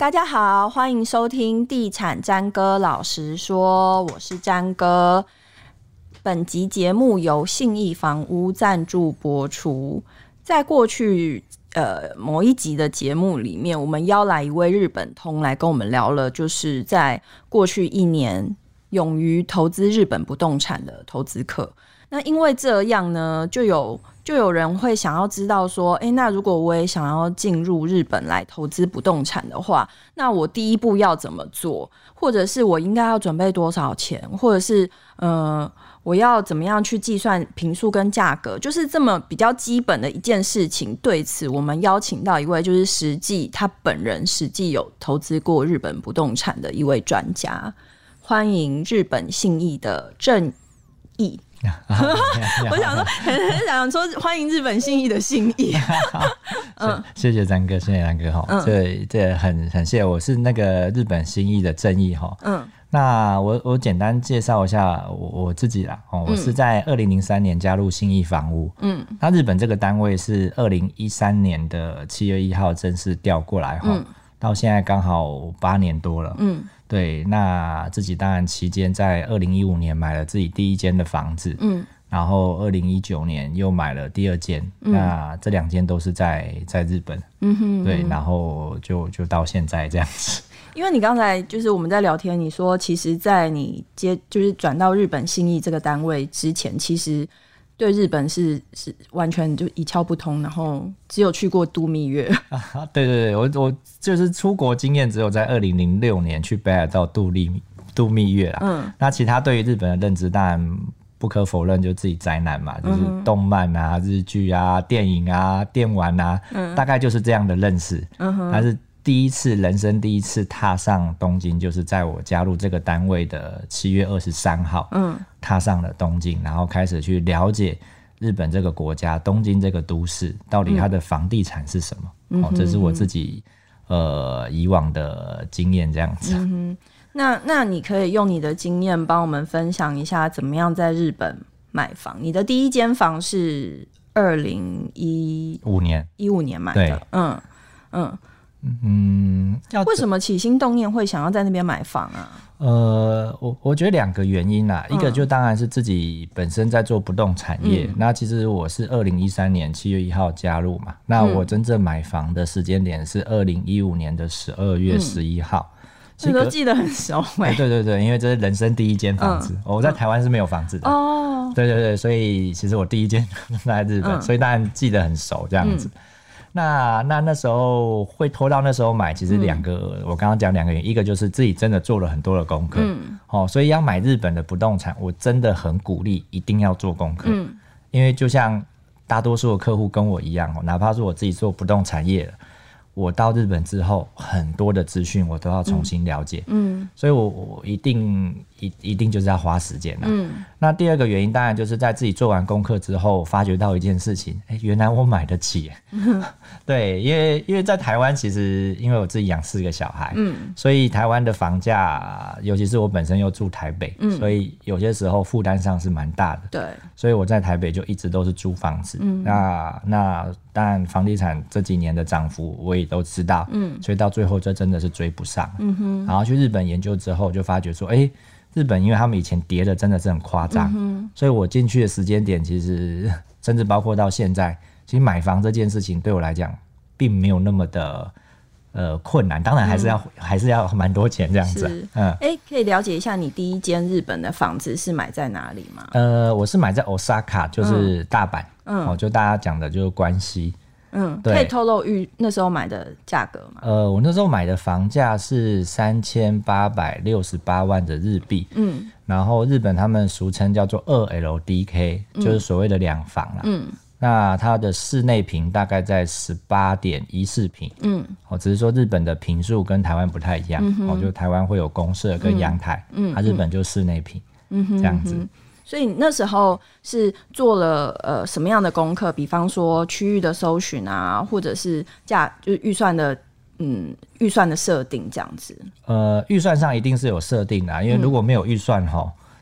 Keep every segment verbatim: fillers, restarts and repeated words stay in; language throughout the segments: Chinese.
大家好，欢迎收听地产詹哥老实说，我是詹哥。本集节目由信义房屋赞助播出。在过去呃某一集的节目里面，我们邀来一位日本通来跟我们聊了，就是在过去一年勇于投资日本不动产的投资客。那因为这样呢，就有就有人会想要知道说，诶，那如果我也想要进入日本来投资不动产的话，那我第一步要怎么做？或者是我应该要准备多少钱？或者是呃，我要怎么样去计算坪数跟价格？就是这么比较基本的一件事情。对此，我们邀请到一位就是实际他本人实际有投资过日本不动产的一位专家，欢迎日本信义的郑毅。我想说，很想说欢迎日本信义的信义。 嗯，谢谢詹哥，谢谢詹哥哈。嗯、这这很很谢谢，我是那个日本信义的郑毅哈。嗯，那我我简单介绍一下我我自己啦。哦，我是在二零零三年加入信义房屋。嗯，那日本这个单位是二零一三年的七月一号正式调过来哈。嗯，到现在刚好八年多了。嗯。对，那自己当然期间在二零一五年买了自己第一间的房子，嗯，然后二零一九年又买了第二间，嗯，那这两间都是在在日本，嗯哼，对，然后就就到现在这样子。 因为你刚才就是我们在聊天，你说其实在你接就是转到日本信义这个单位之前，其实对日本是是完全就一窍不通，然后只有去过度蜜月。 啊、对对对，我我就是出国经验只有在二零零六年去北海道度蜜度蜜月啦。嗯，那其他对于日本的认知当然不可否认，就自己宅男嘛，就是动漫啊、日剧啊、电影啊、电玩啊，嗯，大概就是这样的认识。嗯哼，但是第一次人生第一次踏上东京，就是在我加入这个单位的七月二十三号，嗯，踏上了东京，然后开始去了解日本这个国家，东京这个都市到底它的房地产是什么。嗯哦、这是我自己呃以往的经验这样子。嗯哼，那那你可以用你的经验帮我们分享一下，怎么样在日本买房？你的第一间房是二零一五年一五年买的。对，嗯嗯。 嗯， 为什么起心动念会想要在那边买房啊？ 呃，我我觉得两个原因啦，嗯、一个就当然是自己本身在做不动产业，嗯、那其实我是二零一三年七月一号加入嘛，那我真正买房的时间点是二零一五年的十二月十一号。 你、嗯、都记得很熟哎、 欸。对对对，因为这是人生第一间房子，嗯、我在台湾是没有房子的哦。对对对，所以其实我第一间在日本，嗯、所以当然记得很熟这样子。嗯那那那时候会拖到那时候买，其实两个，嗯、我刚刚讲两个原因，一个就是自己真的做了很多的功课，嗯哦，所以要买日本的不动产，我真的很鼓励一定要做功课，嗯，因为就像大多数的客户跟我一样，哪怕是我自己做不动产业了，我到日本之后，很多的资讯我都要重新了解，嗯，所以我我一定一一定就是要花时间啦，嗯。那第二个原因当然就是在自己做完功课之后，发觉到一件事情，哎、欸，原来我买得起，嗯、对，因为因为在台湾其实因为我自己养四个小孩，嗯，所以台湾的房价，尤其是我本身又住台北，嗯，所以有些时候负担上是蛮大的， 对，所以我在台北就一直都是租房子，嗯，那那当然房地产这几年的涨幅我也都知道，嗯，所以到最后这真的是追不上，嗯哼，然后去日本研究之后就发觉说，哎、欸。日本因为他们以前跌的真的是很夸张、嗯，所以我进去的时间点其实甚至包括到现在，其实买房这件事情对我来讲并没有那么的呃困难，当然还是要、嗯、还是要蛮多钱这样子、啊。 嗯，哎、欸，可以了解一下你第一间日本的房子是买在哪里吗？ 呃，我是买在 Osaka， 就是大阪，嗯，哦，就大家讲的就是关西。 嗯，可以透露预那时候买的价格吗？ 呃，我那时候买的房价是三千八百六十八万的日币，嗯，然后日本他们俗称叫做二 L D K，、嗯、就是所谓的两房啦，嗯，那它的室内坪大概在十八点一四坪，嗯，哦，只是说日本的坪数跟台湾不太一样，嗯、哦，就台湾会有公设跟阳台，嗯，它日本就室内坪，嗯，这样子。嗯， 所以你那时候是做了呃什么样的功课？比方说区域的搜寻啊，或者是价就是预算的嗯预算的设定这样子。 呃，预算上一定是有设定的、啊，因为如果没有预算哈、嗯，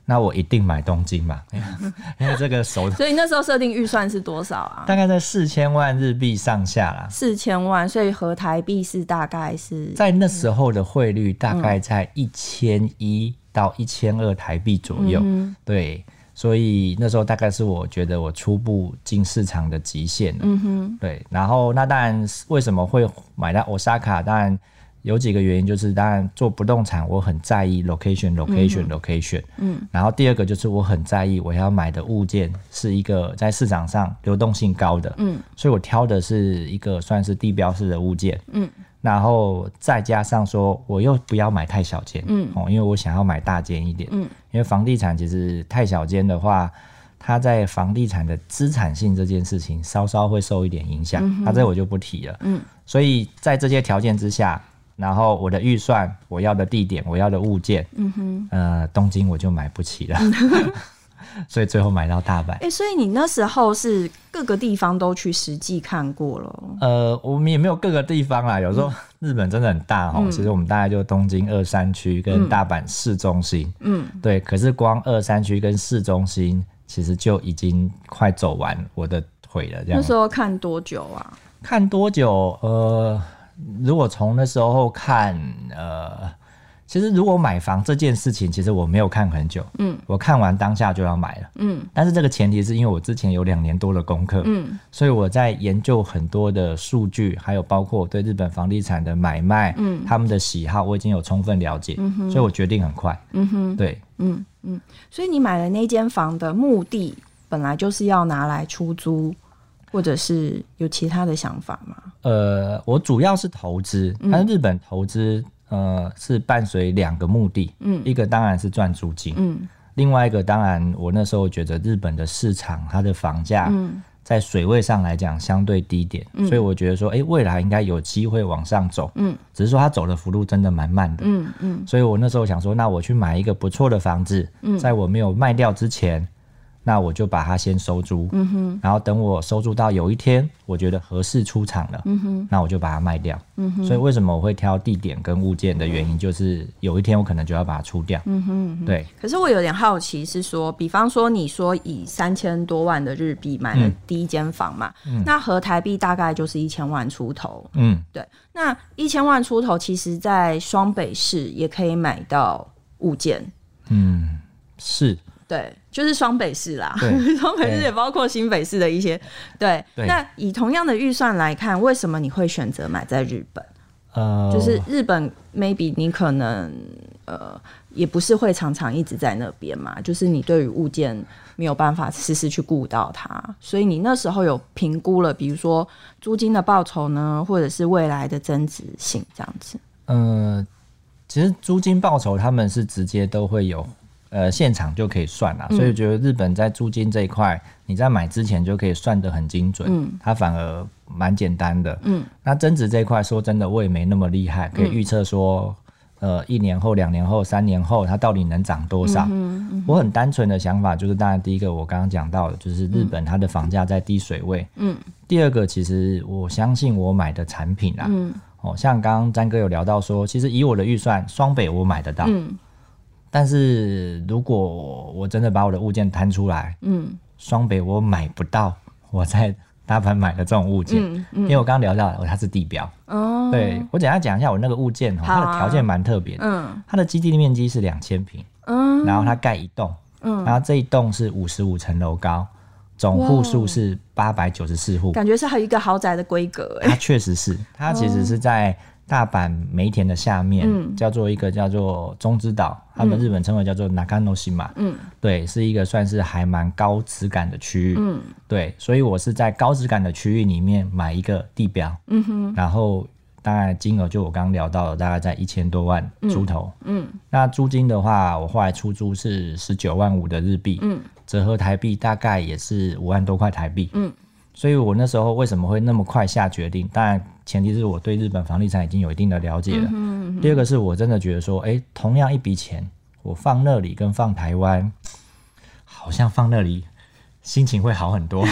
那我一定买东京嘛，因为这个手所以那时候设定预算是多少啊？ 大概在四千万日币上下啦。 四千万，所以合台币是大概是在那时候的汇率大概在一千一到一千二台币左右，嗯、对，所以那时候大概是我觉得我初步进市场的极限了。嗯哼，对，然后那当然为什么会买到 Osaka？ 当然。有几个原因，就是当然做不动产我很在意 location location location， 嗯，然后第二个就是我很在意我要买的物件是一个在市场上流动性高的，嗯，所以我挑的是一个算是地标式的物件，嗯，然后再加上说我又不要买太小间，嗯，哦，因为我想要买大间一点，嗯，因为房地产其实太小间的话，它在房地产的资产性这件事情稍稍会受一点影响，那、嗯、这我就不提了，嗯，所以在这些条件之下。然后我的预算，我要的地点，我要的物件，嗯哼，呃，东京我就买不起了，所以最后买到大阪。 哎、欸，所以你那时候是各个地方都去实际看过了？ 呃，我们也没有各个地方啦，有时候日本真的很大哈、嗯，其实我们大概就东京二三区跟大阪市中心，嗯，对，可是光二三区跟市中心，其实就已经快走完我的腿了。这样那时候看多久啊？ 看多久？呃。如果从那时候看，呃，其实如果买房这件事情，其实我没有看很久，嗯，我看完当下就要买了，嗯，但是这个前提是因为我之前有两年多的功课，嗯，所以我在研究很多的数据，还有包括我对日本房地产的买卖，嗯，他们的喜好，我已经有充分了解，嗯，所以我决定很快，嗯哼，对， 嗯嗯，所以你买了那间房的目的本来就是要拿来出租。或者是有其他的想法吗？ 呃，我主要是投资，但是日本投资呃是伴随两个目的，嗯，一个当然是赚租金，嗯，另外一个当然我那时候觉得日本的市场它的房价，嗯，在水位上来讲相对低点，嗯，所以我觉得说，哎、欸，未来应该有机会往上走，嗯，只是说它走的幅度真的蛮慢的，嗯嗯，所以我那时候想说，那我去买一个不错的房子，嗯，在我没有卖掉之前。那我就把它先收租，嗯哼，然后等我收租到有一天我觉得合适出场了，嗯哼，那我就把它卖掉，嗯哼。所以为什么我会挑地点跟物件的原因，就是有一天我可能就要把它出掉，嗯哼，嗯哼，对。 可是我有点好奇，是说，比方说你说以三千多万的日币买了第一间房嘛，嗯，那合台币大概就是一千万出头，嗯，对。那一千万出头，其实在双北市也可以买到物件， 嗯，是。 对，就是双北市啦，双北市也包括新北市的一些 对, 对。那以同样的预算来看，为什么你会选择买在日本？呃，就是日本 maybe 你可能呃也不是会常常一直在那边嘛，就是你对于物件没有办法时时去顾到它，所以你那时候有评估了，比如说租金的报酬呢，或者是未来的增值性这样子。 呃，其实租金报酬他们是直接都会有。呃，现场就可以算啦，所以觉得日本在租金这一块，你在买之前就可以算得很精准，嗯，它反而蛮简单的，嗯。那增值这一块，说真的，我也没那么厉害，可以预测说，呃，一年后、两年后、三年后，它到底能涨多少？嗯嗯、我很单纯的想法就是，当然第一个我刚刚讲到的，就是日本它的房价在低水位，嗯。第二个，其实我相信我买的产品啦，嗯，哦，像刚刚詹哥有聊到说，其实以我的预算，双北我买得到，嗯。但是如果我真的把我的物件摊出来，嗯，双北我买不到我在大阪买的这种物件，嗯嗯、因为我刚刚聊到它是地标，哦，对，我简单讲一下我那个物件，啊、它的条件蛮特别的，嗯，它的基地面积是两千坪，嗯，然后它盖一栋，嗯，然后这一栋是五十五层楼高，总户数是八百九十四户， 感觉是还有一个豪宅的规格， 它确实是，它其实是在大阪梅田的下面，嗯、叫做一个叫做中之岛，他们日本称为叫做 Nakanoshima，嗯，对，是一个算是还蛮高质感的区域，嗯，对，所以我是在高质感的区域里面买一个地标，嗯哼，然后当然金额就我刚刚聊到的，大概在一千多万出头，嗯，嗯那租金的话，我后来出租是十九万五的日币，嗯，折合台币大概也是五万多块台币，嗯。所以我那时候为什么会那么快下决定？当然前提是我对日本房地产已经有一定的了解了。嗯哼嗯哼第二个是我真的觉得说，哎，同样一笔钱，我放那里跟放台湾，好像放那里心情会好很多。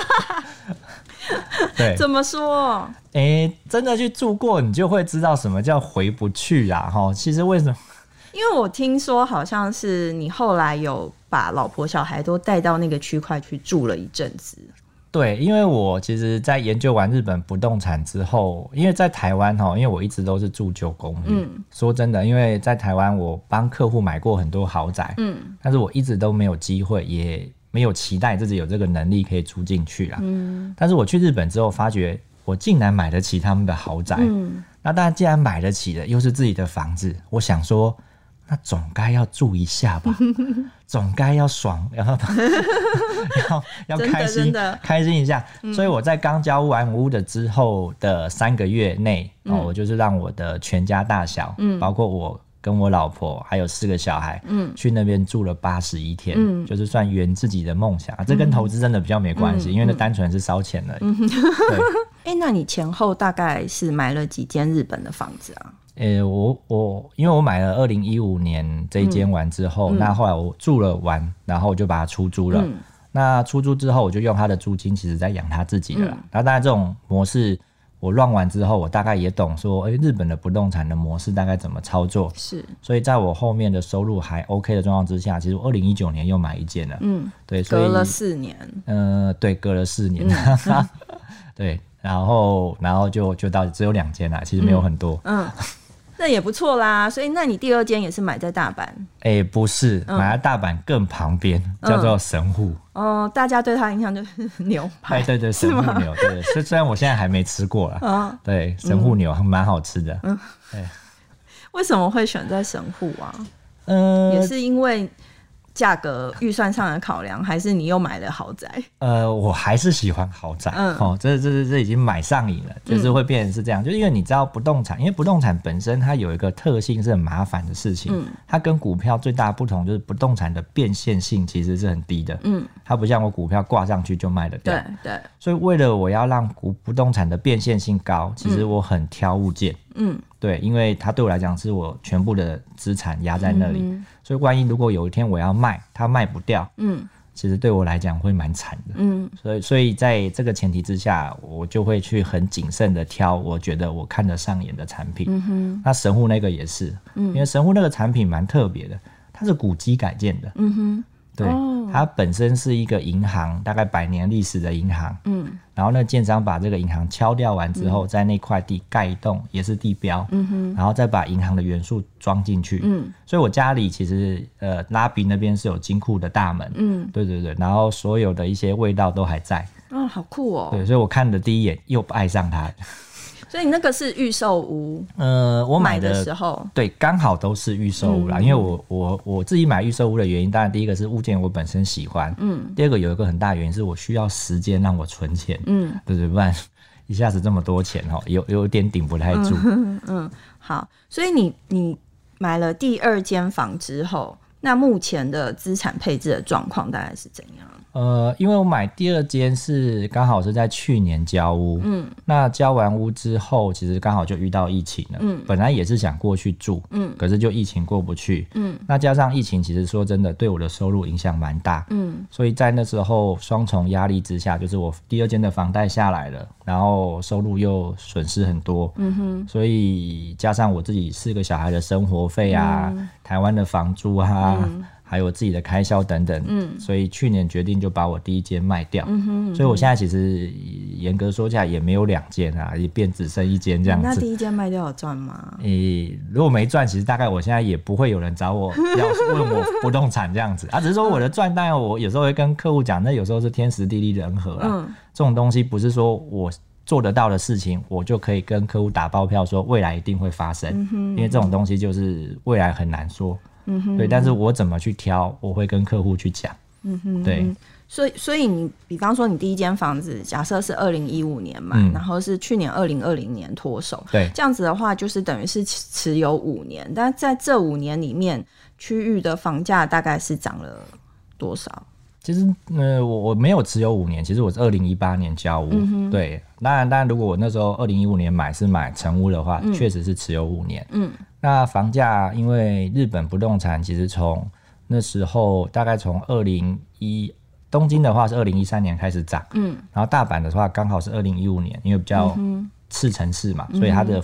对， 怎么说？ 哎，真的去住过，你就会知道什么叫回不去啊！哈，其实为什么？ 因为我听说好像是你后来有把老婆小孩都带到那个区块去住了一阵子。 对，因为我其实在研究完日本不动产之后，因为在台湾因为我一直都是住旧公寓、嗯、说真的，因为在台湾我帮客户买过很多豪宅、嗯、但是我一直都没有机会，也没有期待自己有这个能力可以住进去啦、嗯、但是我去日本之后发觉我竟然买得起他们的豪宅、嗯、那当然既然买得起的又是自己的房子，我想说那总该要住一下吧总该要爽然后要, 要开心开心一下、嗯、所以我在刚交完屋的之后的三个月内、嗯哦、我就是让我的全家大小、嗯、包括我跟我老婆还有四个小孩、嗯、去那边住了八十一天、嗯、就是算圆自己的梦想、啊、这跟投资真的比较没关系、嗯、因为那单纯是烧钱而已、嗯、对欸，那你前后大概是买了几间日本的房子啊？ 欸、我我因为我买了二零一五年这一间完之后、嗯、那后来我住了完，然后我就把它出租了、嗯、那出租之后我就用他的租金其实在养他自己了、嗯、然后当然这种模式我乱完之后我大概也懂说、欸、日本的不动产的模式大概怎么操作， 是， 所以在我后面的收入还 OK 的状况之下，其实我二零一九年又买一间了，嗯，对，所以隔了四年， 呃，对，隔了四年、嗯、对，然后然后就就到只有两间啦，其实没有很多，嗯。嗯那也不错啦，所以那你第二间也是买在大阪？ 哎、欸，不是、嗯，买在大阪更旁边，叫做神户。 哦、嗯，大家对他印象就是牛排。 哎、欸，对对，神户牛，对，虽虽然我现在还没吃过啦，嗯、对，神户牛蛮好吃的。嗯，对。 为什么会选在神户啊？嗯，也是因为价格预算上的考量，还是你又买了豪宅？ 呃，我还是喜欢豪宅，嗯，哦，这这这已经买上瘾了，就是会变成是这样，嗯、就因为你知道不动产，因为不动产本身它有一个特性是很麻烦的事情，嗯，它跟股票最大的不同就是不动产的变现性其实是很低的，嗯，它不像我股票挂上去就卖得掉， 对对，所以为了我要让股不动产的变现性高，其实我很挑物件，嗯，对，因为它对我来讲是我全部的资产压在那里。嗯，所以万一如果有一天我要卖它卖不掉，嗯，其实对我来讲会蛮惨的，嗯，所以所以在这个前提之下我就会去很谨慎的挑我觉得我看得上眼的产品，嗯哼，那神户那个也是，嗯，因为神户那个产品蛮特别的，它是古迹改建的，嗯哼，对，哦，它本身是一个银行，大概百年历史的银行，嗯，然后那建商把这个银行敲掉完之后，嗯，在那块地盖一栋也是地标，嗯哼，然后再把银行的元素装进去，嗯，所以我家里其实呃拉比那边是有金库的大门，嗯，对对对，然后所有的一些味道都还在， 哦，好酷哦， 对，所以我看的第一眼又爱上它。 所以你那个是预售屋， 呃，我买 的, 买的时候， 对，刚好都是预售屋啦，嗯，因为我我我自己买预售屋的原因，当然第一个是物件我本身喜欢，嗯，第二个有一个很大的原因是我需要时间让我存钱，嗯，对对，不然一下子这么多钱哦，有有点顶不太住， 嗯, 嗯，好，所以你你买了第二间房之后，那目前的资产配置的状况大概是怎样？ 呃，因为我买第二间是刚好是在去年交屋，嗯，那交完屋之后，其实刚好就遇到疫情了，嗯，本来也是想过去住，嗯，可是就疫情过不去，嗯，那加上疫情，其实说真的，对我的收入影响蛮大，嗯，所以在那时候双重压力之下，就是我第二间的房贷下来了，然后收入又损失很多，嗯哼，所以加上我自己四个小孩的生活费啊，嗯，台湾的房租啊。嗯，还有自己的开销等等，嗯，所以去年决定就把我第一间卖掉，嗯哼嗯哼，所以我现在其实严格说起来也没有两间啊，也变只剩一间这样子。 那第一间卖掉有赚吗？ 欸，如果没赚，其实大概我现在也不会有人找我要问我不动产这样子啊，只是说我的赚，当然我有时候会跟客户讲，那有时候是天时地利人和啦，嗯，这种东西不是说我做得到的事情，我就可以跟客户打包票说未来一定会发生，嗯哼，因为这种东西就是未来很难说。嗯哼，对，但是我怎么去挑，我会跟客户去讲。嗯哼，对， 所以所以你比方说你第一间房子，假设是二零一五年买，嗯，然后是去年二零二零年脱手， 对， 这样子的话，就是等于是持有五年，但在这五年里面，区域的房价大概是涨了多少？ 其实呃，我我没有持有五年，其实我是二零一八年交屋，嗯，对，当然当然，如果我那时候二零一五年买是买成屋的话，确，嗯，实是持有五年，嗯。那房价因为日本不动产其实从那时候大概从二零一东京的话是二零一三年开始涨，嗯，然后大阪的话刚好是二零一五年，因为比较次城市嘛，嗯，所以它的幅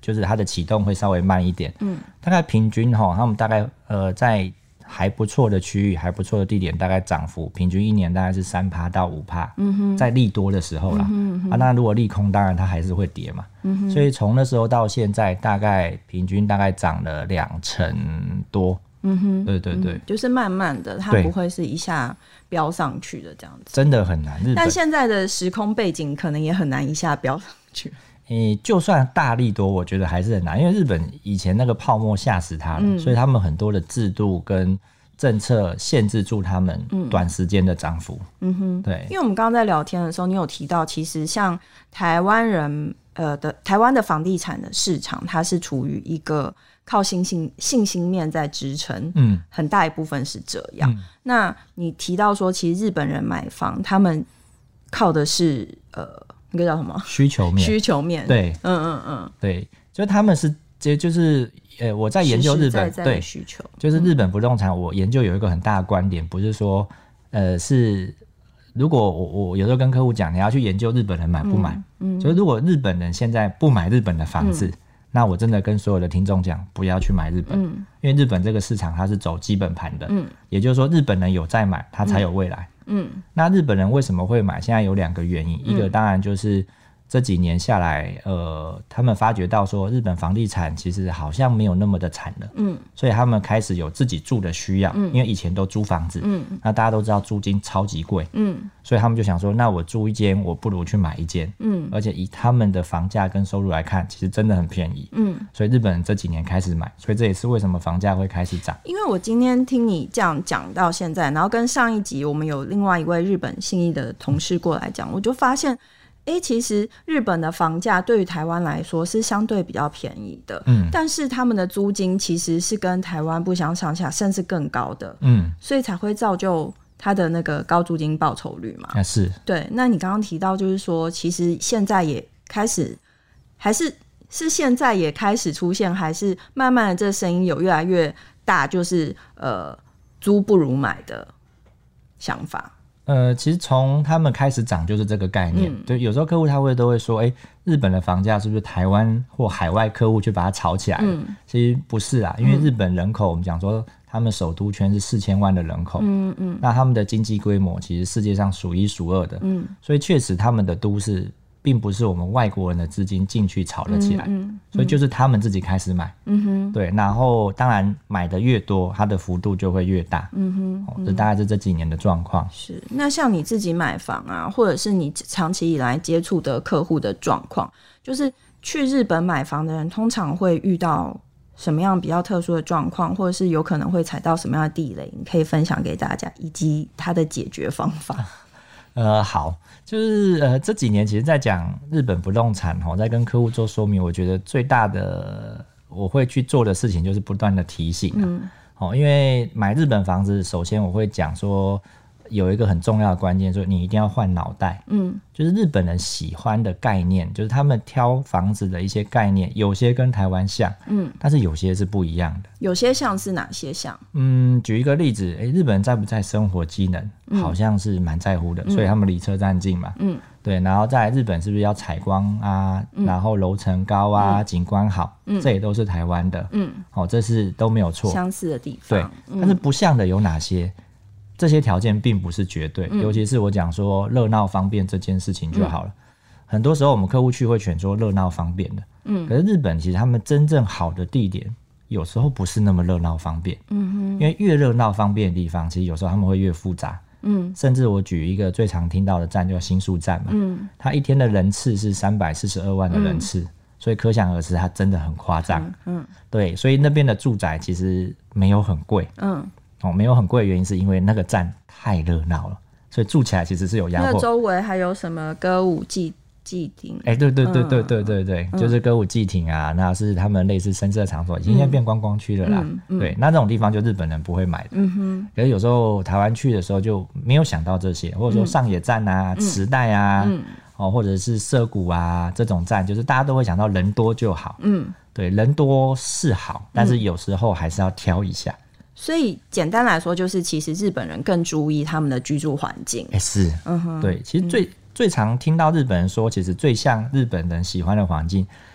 就是它的启动会稍微慢一点，嗯，大概平均哈，他们大概呃在还不错的区域、还不错的地点，大概涨幅平均一年大概是三趴到五趴，嗯哼，在利多的时候啦，嗯哼，啊，那如果利空，当然它还是会跌嘛，嗯哼，所以从那时候到现在，大概平均大概涨了两成多，嗯哼，对对对、嗯， 就是慢慢的，它不会是一下飙上去的这样子， 真的很难。日本， 但现在的时空背景可能也很难一下飙上去。 欸、就算大利多我觉得还是很难，因为日本以前那个泡沫吓死他了、嗯、所以他们很多的制度跟政策限制住他们短时间的涨幅。嗯哼，对， 因为我们刚刚在聊天的时候你有提到其实像台湾人呃的台湾的房地产的市场它是处于一个靠信心信心面在支撑，嗯，很大一部分是这样、嗯、那你提到说其实日本人买房他们靠的是呃那个叫什么需求面， 需求面， 对， 嗯嗯嗯， 对，就他们是就是呃，我在研究日本， 实实在在的需求， 对，就是日本不动产，我研究有一个很大的观点，不是说呃是如果我我有时候跟客户讲，你要去研究日本人买不买，嗯，嗯就是如果日本人现在不买日本的房子。嗯，那我真的跟所有的听众讲，不要去买日本、嗯、因为日本这个市场它是走基本盘的、嗯、也就是说日本人有在买它才有未来、嗯、那日本人为什么会买，现在有两个原因、嗯、一个当然就是这几年下来呃，他们发觉到说日本房地产其实好像没有那么的惨了、嗯、所以他们开始有自己住的需要、嗯、因为以前都租房子、嗯、那大家都知道租金超级贵、嗯、所以他们就想说那我住一间我不如去买一间、嗯、而且以他们的房价跟收入来看其实真的很便宜、嗯、所以日本人这几年开始买，所以这也是为什么房价会开始涨。 因为我今天听你这样讲到现在，然后跟上一集我们有另外一位日本信义的同事过来讲，我就发现欸、其实日本的房价对于台湾来说是相对比较便宜的、嗯、但是他们的租金其实是跟台湾不相上下甚至更高的、嗯、所以才会造就他的那个高租金报酬率嘛、 啊、是对。那你刚刚提到就是说其实现在也开始还是是现在也开始出现，还是慢慢的这声音有越来越大，就是呃租不如买的想法。 呃，其实从他们开始涨就是这个概念、嗯、对，有时候客户他会都会说哎、欸，日本的房价是不是台湾或海外客户去把它炒起来了、嗯、其实不是啊，因为日本人口、嗯、我们讲说他们首都圈是四千万的人口，嗯嗯，那他们的经济规模其实世界上数一数二的，嗯，所以确实他们的都市并不是我们外国人的资金进去炒了起来、嗯嗯、所以就是他们自己开始买，嗯哼，对，然后当然买的越多它的幅度就会越大，嗯哼、哦、这大概是这几年的状况。 是，那像你自己买房啊，或者是你长期以来接触的客户的状况，就是去日本买房的人通常会遇到什么样比较特殊的状况，或者是有可能会踩到什么样的地雷，你可以分享给大家，以及它的解决方法。 呃，好，就是呃这几年其实在讲日本不动产齁，在跟客户做说明，我觉得最大的我会去做的事情就是不断的提醒、啊嗯齁，因为买日本房子，首先我会讲说有一个很重要的关键，就是你一定要换脑袋。嗯，就是日本人喜欢的概念，就是他们挑房子的一些概念，有些跟台湾像，嗯，但是有些是不一样的。 有些像是哪些像？嗯， 举一个例子，欸、日本人在不在生活机能，嗯、好像是蛮在乎的，所以他们离车站近嘛。嗯，对，然后再来日本是不是要采光啊？嗯、然后楼层高啊，景、嗯、观好，嗯，这也都是台湾的。嗯，哦，这是都没有错， 相似的地方。 对，嗯、但是不像的有哪些？这些条件并不是绝对、嗯、尤其是我讲说热闹方便这件事情就好了、嗯、很多时候我们客户去会选说热闹方便的、嗯、可是日本其实他们真正好的地点有时候不是那么热闹方便、嗯、哼，因为越热闹方便的地方其实有时候他们会越复杂、嗯、甚至我举一个最常听到的站叫新宿站嘛、嗯、它一天的人次是三百四十二万的人次、嗯，所以可想而知它真的很夸张、嗯嗯、对，所以那边的住宅其实没有很贵，嗯哦，没有很贵的原因是因为那个站太热闹了，所以住起来其实是有压迫。 那周围还有什么歌舞伎伎町？ 哎、欸，对对对对对对对、嗯，就是歌舞伎町啊，那是他们类似声色场所，已经现在变观光区了啦、嗯嗯。对，那这种地方就日本人不会买的。嗯哼。可是有时候台湾去的时候就没有想到这些，或者说上野站啊、嗯、池袋啊、嗯，哦，或者是涩谷啊这种站，就是大家都会想到人多就好。嗯，对，人多是好，但是有时候还是要挑一下。 所以简单来说就是其实日本人更注意他们的居住环境、 欸、是、嗯、对，其实最、嗯、最常听到日本人说其实最像日本人喜欢的环境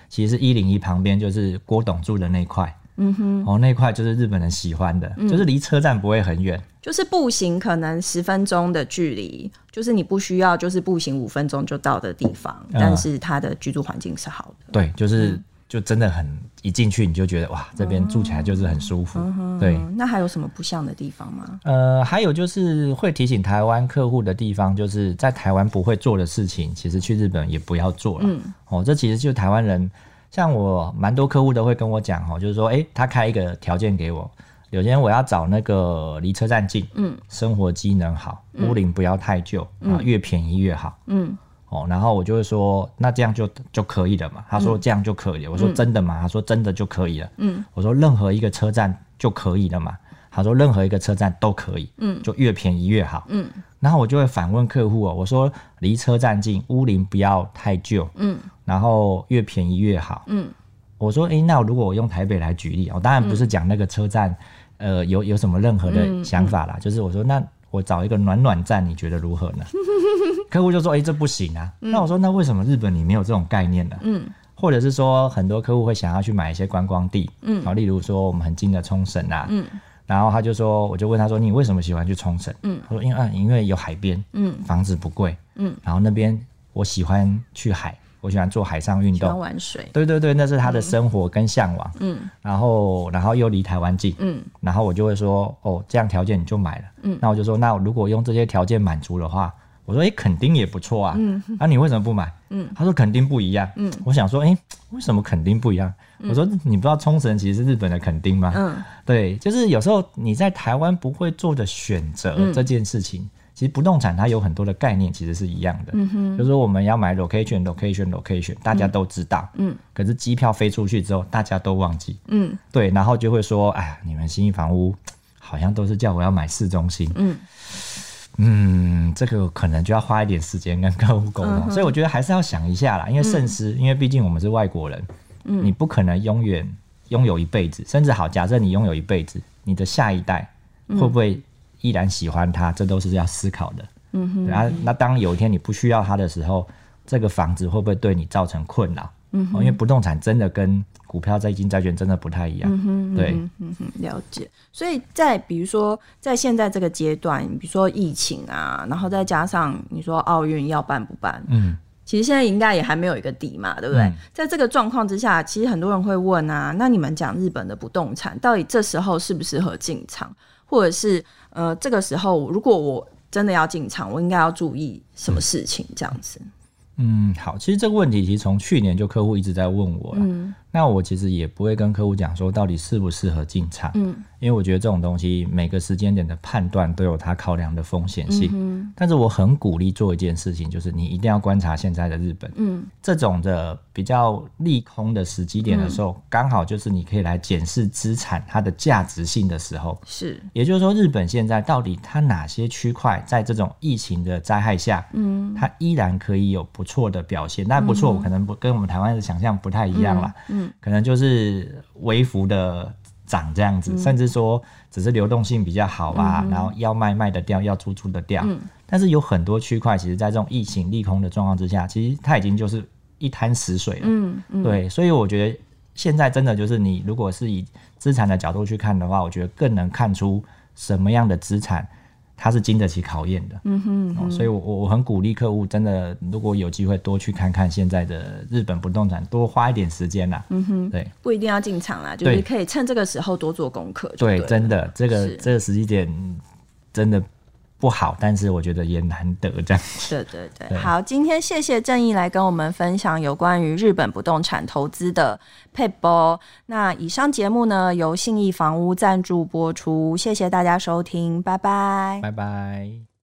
其实是一零一旁边就是郭董住的那块。嗯哼，哦，那块就是日本人喜欢的，嗯、就是离车站不会很远， 就是步行可能十分钟的距离，就是你不需要就是步行五分钟就到的地方，嗯、但是它的居住环境是好的。 对，就是、嗯、就真的很一进去你就觉得哇，这边住起来就是很舒服。嗯、对， 那还有什么不像的地方吗？ 呃，还有就是会提醒台湾客户的地方，就是在台湾不会做的事情，其实去日本也不要做了。嗯，哦，这其实就是台湾人。像我蛮多客户都会跟我讲，就是说，哎、欸，他开一个条件给我，有些人我要找那个离车站近，嗯，生活机能好，屋龄不要太旧，嗯，越便宜越好，嗯，哦，然后我就会说，那这样就就可以了嘛？他说这样就可以了，嗯、我说真的吗？他说真的就可以了，嗯，我说任何一个车站就可以了嘛？他说任何一个车站都可以，嗯，就越便宜越好，嗯，然后我就会反问客户哦，我说离车站近，屋龄不要太旧，嗯，然后越便宜越好，嗯，我说诶，那如果我用台北来举例，我当然不是讲那个车站，嗯、呃，有有什么任何的想法啦，嗯嗯、就是我说那我找一个暖暖站，你觉得如何呢？客户就说诶，这不行啊，嗯、那我说那为什么日本你没有这种概念呢？嗯。或者是说很多客户会想要去买一些观光地，嗯，好，例如说我们很近的冲绳啊，嗯。然后他就说，我就问他说，你为什么喜欢去冲绳？嗯，他说因为啊，因为有海边，嗯，房子不贵，嗯，然后那边我喜欢去海，我喜欢做海上运动，喜欢玩水， 对对对，那是他的生活跟向往，嗯，然后然后又离台湾近，嗯，然后我就会说，哦，这样条件你就买了，嗯，那我就说，那如果用这些条件满足的话，我说，哎，垦丁也不错啊，嗯，啊，你为什么不买？嗯，他说垦丁不一样，嗯，我想说，哎，为什么垦丁不一样？我说你不知道冲绳其实是日本的垦丁吗？嗯，对，就是有时候你在台湾不会做的选择这件事情，嗯、其实不动产它有很多的概念其实是一样的。嗯哼，就是说我们要买 location location location， 大家都知道，嗯，可是机票飞出去之后大家都忘记，嗯，对，然后就会说，哎呀，你们信义房屋好像都是叫我要买市中心，嗯。嗯，这个可能就要花一点时间跟客户沟通，嗯、所以我觉得还是要想一下啦，因为慎思，嗯、因为毕竟我们是外国人。嗯、你不可能永远拥有一辈子，甚至好，假设你拥有一辈子，你的下一代会不会依然喜欢它？嗯、这都是要思考的。嗯哼，啊，那当有一天你不需要它的时候，这个房子会不会对你造成困扰？嗯、哦，因为不动产真的跟股票、债金、债券真的不太一样。嗯哼，对， 嗯哼，了解。所以在比如说在现在这个阶段，比如说疫情啊，然后再加上你说奥运要办不办？嗯。其实现在应该也还没有一个底嘛，对不对？嗯、在这个状况之下，其实很多人会问啊，那你们讲日本的不动产，到底这时候适不适合进场？或者是呃，这个时候如果我真的要进场，我应该要注意什么事情？这样子。 嗯，好，其实这个问题其实从去年就客户一直在问我了。嗯，那我其实也不会跟客户讲说到底适不适合进场。嗯，因为我觉得这种东西每个时间点的判断都有它考量的风险性。嗯，但是我很鼓励做一件事情，就是你一定要观察现在的日本。嗯，这种的比较利空的时机点的时候，刚、嗯、好就是你可以来检视资产它的价值性的时候。是，也就是说，日本现在到底它哪些区块在这种疫情的灾害下，嗯，它依然可以有不错的表现，但不错，嗯、可能不跟我们台湾的想象不太一样啦。嗯，嗯可能就是微幅的涨这样子，嗯、甚至说只是流动性比较好啊，嗯、然后要卖卖得掉，要出出得掉。嗯，但是有很多区块，其实在这种疫情利空的状况之下，其实它已经就是一滩死水了。嗯嗯，对，所以我觉得现在真的就是你如果是以资产的角度去看的话，我觉得更能看出什么样的资产它是经得起考验的。嗯哼, 嗯哼、哦、所以我我很鼓励客户真的如果有机会多去看看现在的日本不动产，多花一点时间啦。嗯哼，对， 不一定要进场啦，就是可以趁这个时候多做功课。 对，真的这个这个时机点真的不好，但是我觉得也难得这样。 对对 对, 对，好，今天谢谢正义来跟我们分享有关于日本不动产投资的撇步。那以上节目呢由信义房屋赞助播出，谢谢大家收听，拜拜， 拜拜。